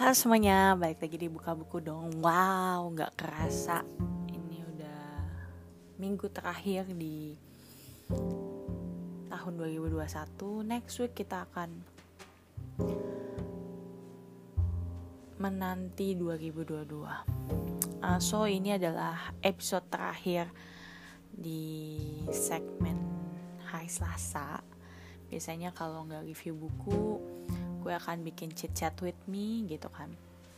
Halo semuanya, balik lagi di Buka Buku dong. Wow, gak kerasa ini udah minggu terakhir di tahun 2021. Next week kita akan menanti 2022. So ini adalah episode terakhir di segmen hari Selasa. Biasanya kalau gak review buku, gue akan bikin chit-chat with me gitu kan.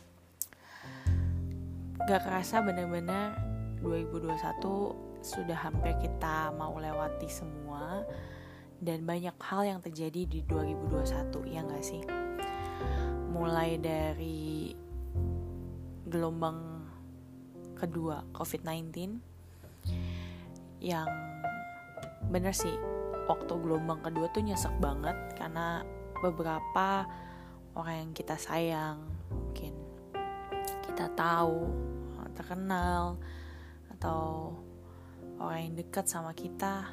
Gak kerasa bener-bener 2021 sudah hampir kita mau lewati semua. Dan banyak hal yang terjadi di 2021, ya gak sih? Mulai dari gelombang kedua COVID-19 yang bener sih, waktu gelombang kedua tuh nyesek banget karena beberapa orang yang kita sayang, mungkin kita tahu, terkenal, atau orang yang dekat sama kita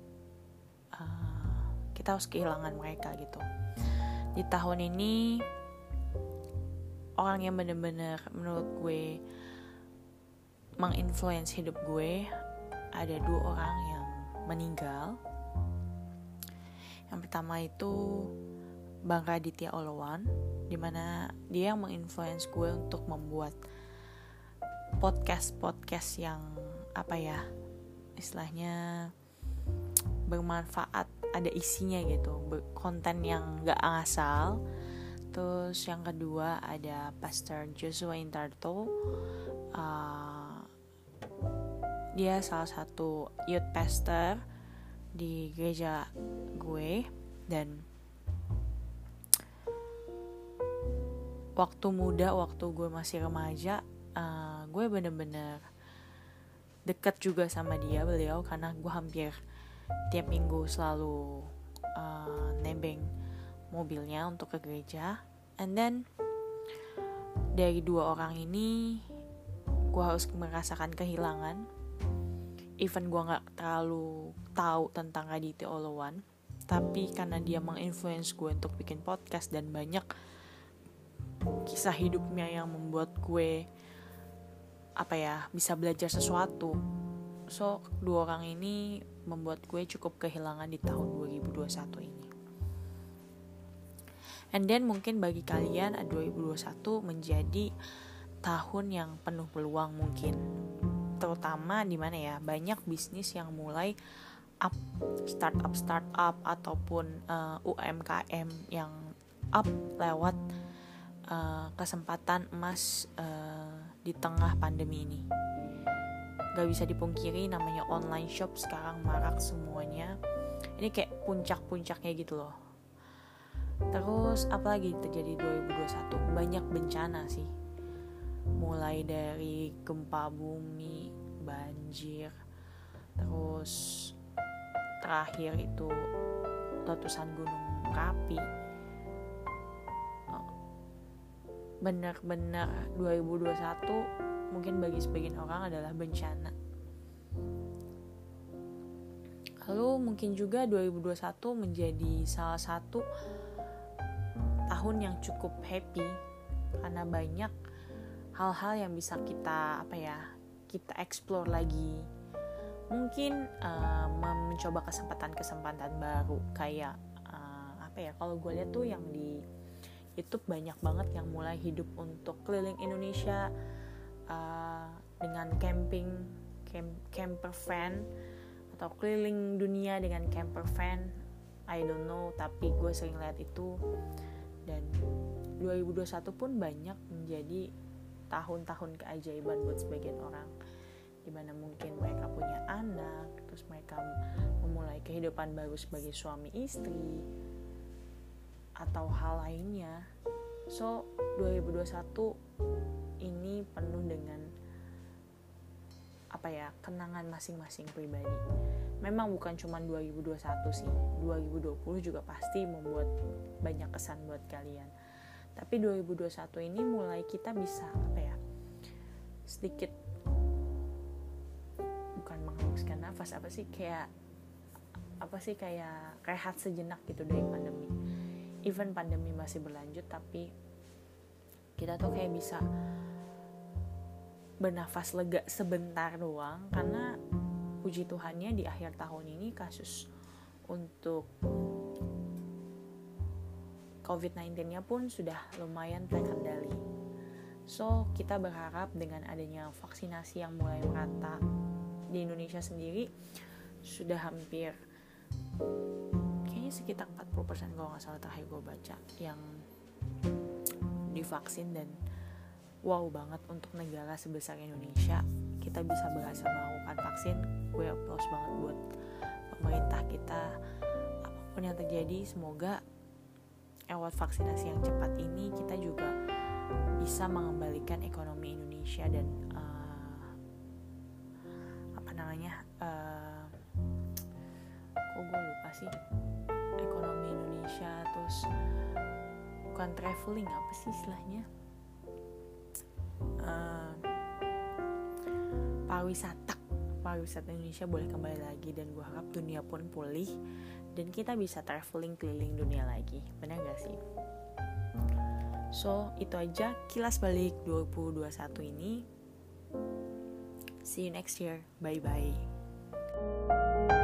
harus kehilangan mereka gitu. Di tahun ini orang yang benar-benar menurut gue menginfluence hidup gue, ada 2 orang yang meninggal. Yang pertama itu Bang Raditya Olowan, dimana dia yang menginfluence gue untuk membuat podcast yang istilahnya bermanfaat, ada isinya gitu, konten yang gak ngasal. Terus yang kedua ada Pastor Joshua Intarto, dia salah satu youth pastor di gereja gue. Dan waktu gue masih remaja, gue bener-bener deket juga sama beliau karena gue hampir tiap minggu selalu nebeng mobilnya untuk ke gereja. And then dari 2 orang ini gue harus merasakan kehilangan. Even gue gak terlalu tahu tentang Raditya Olowan, tapi karena dia menginfluence gue untuk bikin podcast dan banyak kisah hidupnya yang membuat gue bisa belajar sesuatu. So 2 orang ini membuat gue cukup kehilangan di tahun 2021 ini. And then mungkin bagi kalian 2021 menjadi tahun yang penuh peluang mungkin. Terutama di mana ya, banyak bisnis yang mulai up, startup ataupun UMKM yang up lewat kesempatan emas di tengah pandemi ini. Gak bisa dipungkiri, namanya online shop sekarang marak semuanya. Ini kayak puncak-puncaknya gitu loh. Terus apalagi terjadi 2021? Banyak bencana sih. Mulai dari gempa bumi, banjir, terus terakhir itu letusan gunung Merapi. Benar-benar 2021 mungkin bagi sebagian orang adalah bencana. Lalu mungkin juga 2021 menjadi salah satu tahun yang cukup happy karena banyak hal-hal yang bisa kita kita explore lagi. Mungkin mencoba kesempatan baru kayak kalau gue lihat tuh yang di YouTube banyak banget yang mulai hidup untuk keliling Indonesia dengan camper van, atau keliling dunia dengan camper van. I don't know, tapi gue sering lihat itu. Dan 2021 pun banyak menjadi tahun-tahun keajaiban buat sebagian orang, dimana mungkin mereka punya anak, terus mereka memulai kehidupan baru sebagai suami istri atau hal lainnya. So 2021 ini penuh dengan kenangan masing-masing pribadi. Memang bukan cuma 2021 sih, 2020 juga pasti membuat banyak kesan buat kalian. Tapi 2021 ini mulai kita bisa sedikit, bukan menghembuskan nafas, kayak rehat sejenak gitu dari pandemi. Even pandemi masih berlanjut, tapi kita tuh kayak bisa bernafas lega sebentar doang, karena puji Tuhannya di akhir tahun ini kasus untuk COVID-19-nya pun sudah lumayan terkendali. So, kita berharap dengan adanya vaksinasi yang mulai merata di Indonesia sendiri, sudah hampir kayaknya sekitar 40% kalau gak salah terakhir gue baca yang divaksin, dan wow banget untuk negara sebesar Indonesia kita bisa berhasil melakukan vaksin. Gue applause banget buat pemerintah kita. Apapun yang terjadi, semoga lewat vaksinasi yang cepat ini kita juga bisa mengembalikan ekonomi Indonesia dan kok gue lupa sih, ekonomi Indonesia, terus bukan traveling, apa sih istilahnya, pariwisata Indonesia boleh kembali lagi, dan gue harap dunia pun pulih dan kita bisa traveling keliling dunia lagi. Benar gak sih? So, itu aja kilas balik 2021 ini. See you next year. Bye bye.